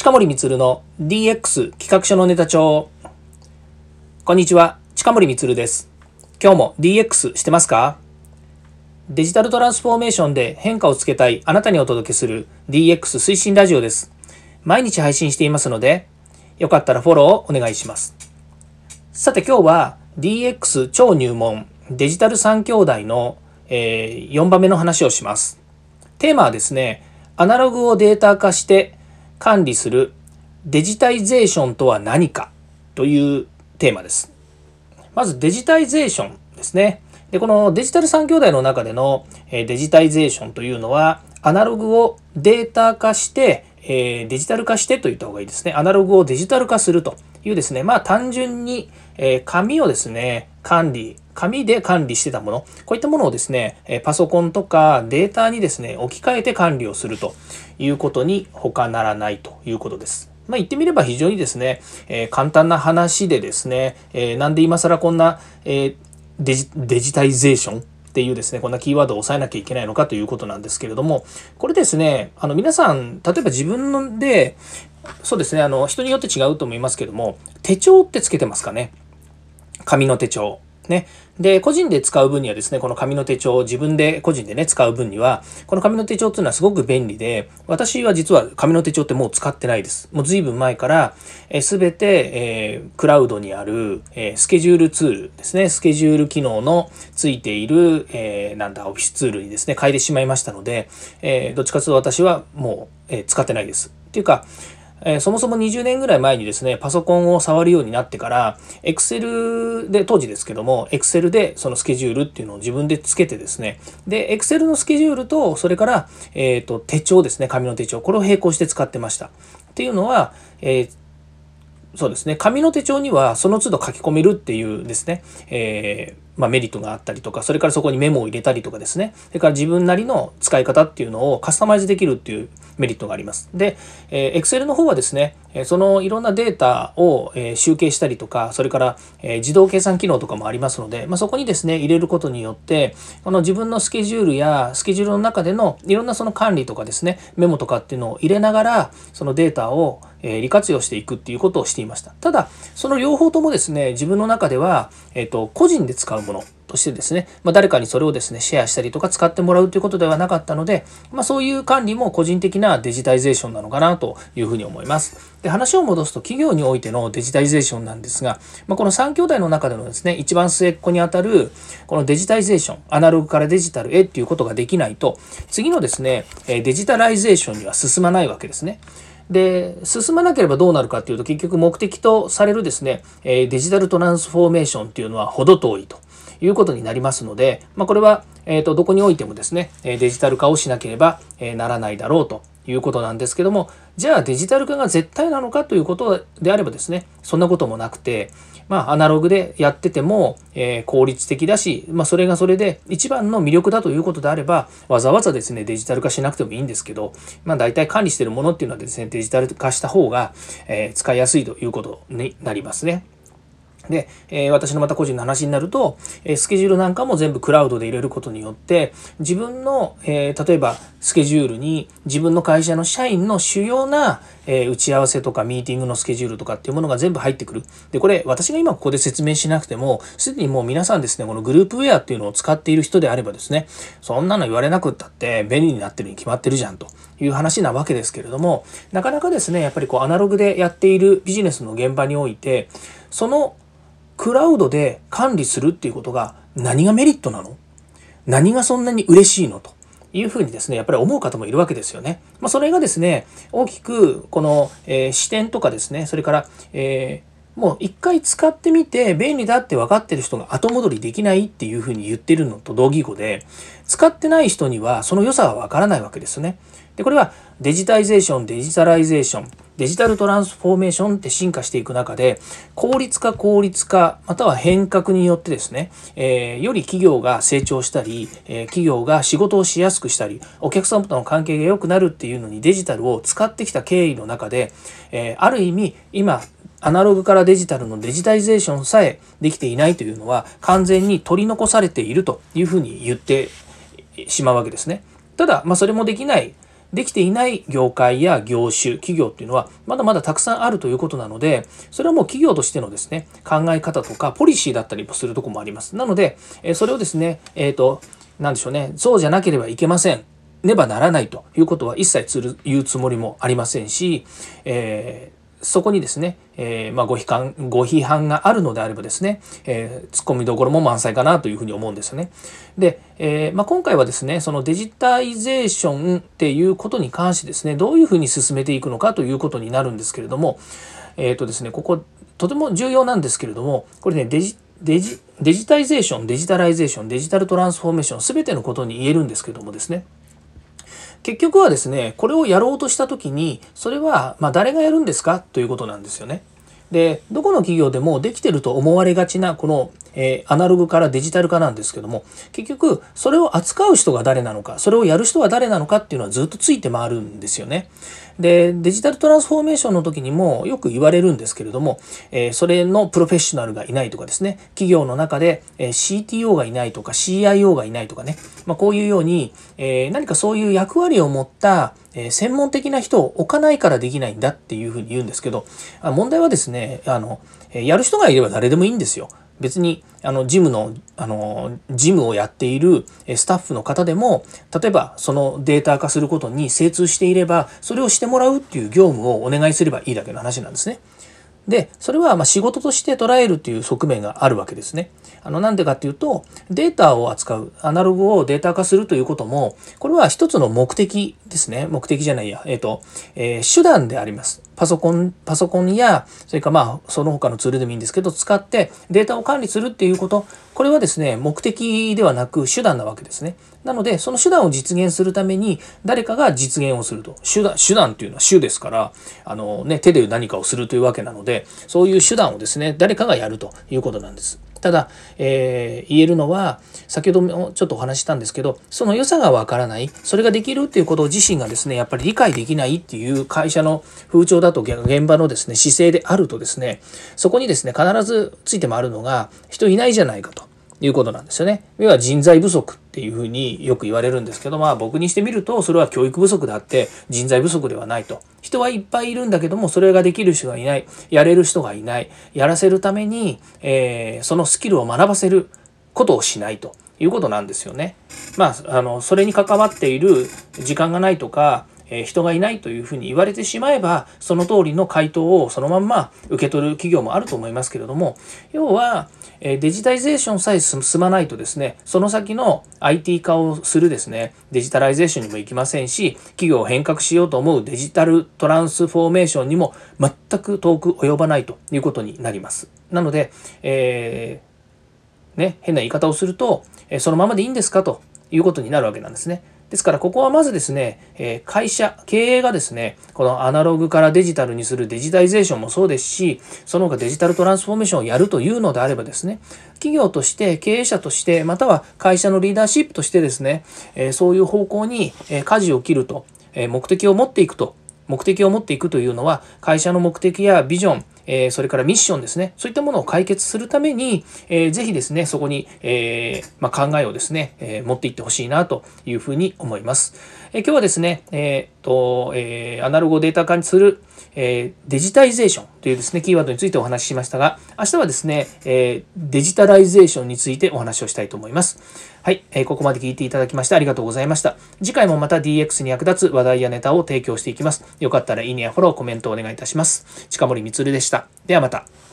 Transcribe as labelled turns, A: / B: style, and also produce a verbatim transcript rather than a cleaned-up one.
A: 近森光の ディーエックス 企画書のネタ帳。こんにちは、近森光です。今日も ディーエックス してますか？デジタルトランスフォーメーションで変化をつけたいあなたにお届けする ディーエックス 推進ラジオです。毎日配信していますので、よかったらフォローをお願いします。さて今日は ディーエックス 超入門デジタル三兄弟の、えー、よんばんめの話をします。テーマはですね、アナログをデータ化して管理するデジタイゼーションとは何かというテーマです。まずデジタイゼーションですね。で、このデジタル三兄弟の中でのデジタイゼーションというのは、アナログをデータ化してデジタル化してと言った方がいいですね。アナログをデジタル化するというですね、まあ単純に紙をですね、管理、紙で管理してたもの、こういったものをですね、パソコンとかデータにですね、置き換えて管理をするということに他ならないということです。まあ言ってみれば非常にですね、えー、簡単な話でですね、えー、なんで今更こんな、えー、デジ、デジタイゼーションっていうですね、こんなキーワードを押さえなきゃいけないのかということなんですけれども、これですね、あの皆さん、例えば自分ので、そうですね、あの人によって違うと思いますけども、手帳ってつけてますかね？紙の手帳。ね。で、個人で使う分にはですね、この紙の手帳を自分で個人でね、使う分には、この紙の手帳っていうのはすごく便利で、私は実は紙の手帳ってもう使ってないです。もう随分前からすべて、えー、クラウドにある、えー、スケジュールツールですね、スケジュール機能のついている、えー、なんだ、オフィスツールにですね、変えてしまいましたので、えー、どっちかというと私はもう、えー、使ってないです。っていうか、えー、そもそもにじゅうねんぐらい前にですね、パソコンを触るようになってから、Excel で、当時ですけども、Excel でそのスケジュールっていうのを自分でつけてですね、で、Excel のスケジュールと、それから、えっと、手帳ですね、紙の手帳、これを並行して使ってました。っていうのは、えーそうですね。紙の手帳にはその都度書き込めるっていうですね、えーまあ、メリットがあったりとか、それからそこにメモを入れたりとかですね、それから自分なりの使い方っていうのをカスタマイズできるっていうメリットがあります。で、えー、Excel の方はですね、そのいろんなデータを集計したりとか、それから自動計算機能とかもありますので、まあ、そこにですね、入れることによって、この自分のスケジュールやスケジュールの中でのいろんなその管理とかですね、メモとかっていうのを入れながら、そのデータを利活用していくっていうことをしていました。ただ、その両方ともですね、自分の中では、えっと、個人で使うものとしてですね、まあ、誰かにそれをですね、シェアしたりとか使ってもらうということではなかったので、まあ、そういう管理も個人的なデジタイゼーションなのかなというふうに思います。で、話を戻すと企業においてのデジタイゼーションなんですが、まあ、このさん兄弟の中でのですね、一番末っ子にあたるこのデジタイゼーション、アナログからデジタルへっていうことができないと、次のですね、デジタライゼーションには進まないわけですね。で、進まなければどうなるかっていうと、結局目的とされるですね、デジタルトランスフォーメーションっていうのは程遠いということになりますので、まあ、これは、えーと、どこにおいてもですね、デジタル化をしなければならないだろうということなんですけども、じゃあデジタル化が絶対なのかということであればですね、そんなこともなくて、まあ、アナログでやってても、えー、効率的だし、まあ、それがそれで一番の魅力だということであれば、わざわざですね、デジタル化しなくてもいいんですけど、まあ、大体管理しているものっていうのはですね、デジタル化した方が、えー、使いやすいということになりますね。で、えー、私のまた個人の話になると、えー、スケジュールなんかも全部クラウドで入れることによって、自分の、えー、例えばスケジュールに自分の会社の社員の主要な、えー、打ち合わせとかミーティングのスケジュールとかっていうものが全部入ってくる。で、これ私が今ここで説明しなくても、すでにもう皆さんですね、このグループウェアっていうのを使っている人であればですね、そんなの言われなくったって便利になってるに決まってるじゃんという話なわけですけれども、なかなかですね、やっぱりこうアナログでやっているビジネスの現場において、そのクラウドで管理するっていうことが何がメリットなの？何がそんなに嬉しいのというふうにですね、やっぱり思う方もいるわけですよね。まあ、それがですね、大きくこの、えー、視点とかですね、それから、えー、もう一回使ってみて便利だって分かってる人が後戻りできないっていうふうに言ってるのと同義語で、使ってない人にはその良さは分からないわけですね。で、これはデジタイゼーション、デジタライゼーション、デジタルトランスフォーメーションって進化していく中で、効率化効率化または変革によってですね、えー、より企業が成長したり、えー、企業が仕事をしやすくしたり、お客様との関係が良くなるっていうのにデジタルを使ってきた経緯の中で、えー、ある意味今アナログからデジタルのデジタイゼーションさえできていないというのは完全に取り残されているというふうに言ってしまうわけですね。ただ、まあ、それもできないできていない業界や業種、企業っていうのはまだまだたくさんあるということなので、それはもう企業としてのですね、考え方とかポリシーだったりもするところもあります。なので、それをですね、えっと、なんでしょうね、そうじゃなければいけません。ねばならないということは一切つる言うつもりもありませんし、えーそこにですね、えーまあ、ご批判、ご批判があるのであればですね、えー、突っ込みどころも満載かなというふうに思うんですよね。で、えーまあ、今回はですね、そのデジタイゼーションっていうことに関してですね、どういうふうに進めていくのかということになるんですけれども、えっとですね、こことても重要なんですけれども、これね、デジデジデジタイゼーション、デジタライゼーション、デジタルトランスフォーメーション、すべてのことに言えるんですけれどもですね、結局はですね、これをやろうとしたときに、それはまあ誰がやるんですかということなんですよね。で、どこの企業でもできてると思われがちなこの、えー、アナログからデジタル化なんですけども、結局それを扱う人が誰なのか、それをやる人は誰なのかっていうのはずっとついて回るんですよね。で、デジタルトランスフォーメーションの時にもよく言われるんですけれども、えー、それのプロフェッショナルがいないとかですね、企業の中で シーティーオー がいないとか シーアイオー がいないとかね、まあ、こういうように、えー、何かそういう役割を持った専門的な人を置かないからできないんだっていうふうに言うんですけど、問題はですね、あのやる人がいれば誰でもいいんですよ。別にあのジムのあのジムをやっているスタッフの方でも、例えばそのデータ化することに精通していれば、それをしてもらうっていう業務をお願いすればいいだけの話なんですね。で、それはまあ仕事として捉えるっていう側面があるわけですね。あの、なんでかっていうと、データを扱う、アナログをデータ化するということも、これは一つの目的ですね。目的じゃないや、えっと、えー、手段であります。パソコン、パソコンや、それからまあ、その他のツールでもいいんですけど、使ってデータを管理するっていうこと、これはですね、目的ではなく手段なわけですね。なので、その手段を実現するために、誰かが実現をすると。手段、手段っていうのは手ですから、あのね、手で何かをするというわけなので、そういう手段をですね、誰かがやるということなんです。ただ、えー、言えるのは、先ほどもちょっとお話ししたんですけど、その良さがわからない、それができるっていうことを自身がですね、やっぱり理解できないっていう会社の風潮だと、現場のですね、姿勢であるとですね、そこにですね、必ずついて回るのが、人いないじゃないかということなんですよね。要は人材不足っていうふうによく言われるんですけど、まあ僕にしてみると、それは教育不足であって人材不足ではないと。人はいっぱいいるんだけども、それができる人がいない、やれる人がいない、やらせるために、えー、そのスキルを学ばせることをしないということなんですよね。まあ、あの、それに関わっている時間がないとか、人がいないというふうに言われてしまえば、その通りの回答をそのまんま受け取る企業もあると思いますけれども、要はデジタイゼーションさえ進まないとですね、その先の アイティー 化をするですね、デジタライゼーションにも行きませんし、企業を変革しようと思うデジタルトランスフォーメーションにも全く遠く及ばないということになります。なので、えーね、変な言い方をすると、そのままでいいんですかということになるわけなんですね。ですからここはまずですね、会社、経営がですね、このアナログからデジタルにするデジタイゼーションもそうですし、その他デジタルトランスフォーメーションをやるというのであればですね、企業として経営者として、または会社のリーダーシップとしてですね、そういう方向に舵を切ると、目的を持っていくと、目的を持っていくというのは、会社の目的やビジョン、えー、それからミッションですね、そういったものを解決するために、えー、ぜひですね、そこに、えーまあ、考えをですね、えー、持っていってほしいなというふうに思います。えー、今日はですね、えーとえー、アナログをデータ化にする、えー、デジタイゼーションというですね、キーワードについてお話ししましたが、明日はですね、えー、デジタライゼーションについてお話をしたいと思います。はい、えー、ここまで聞いていただきましてありがとうございました。次回もまた ディーエックス に役立つ話題やネタを提供していきます。よかったらいいねやフォロー、コメントをお願いいたします。近森光でした。ではまた。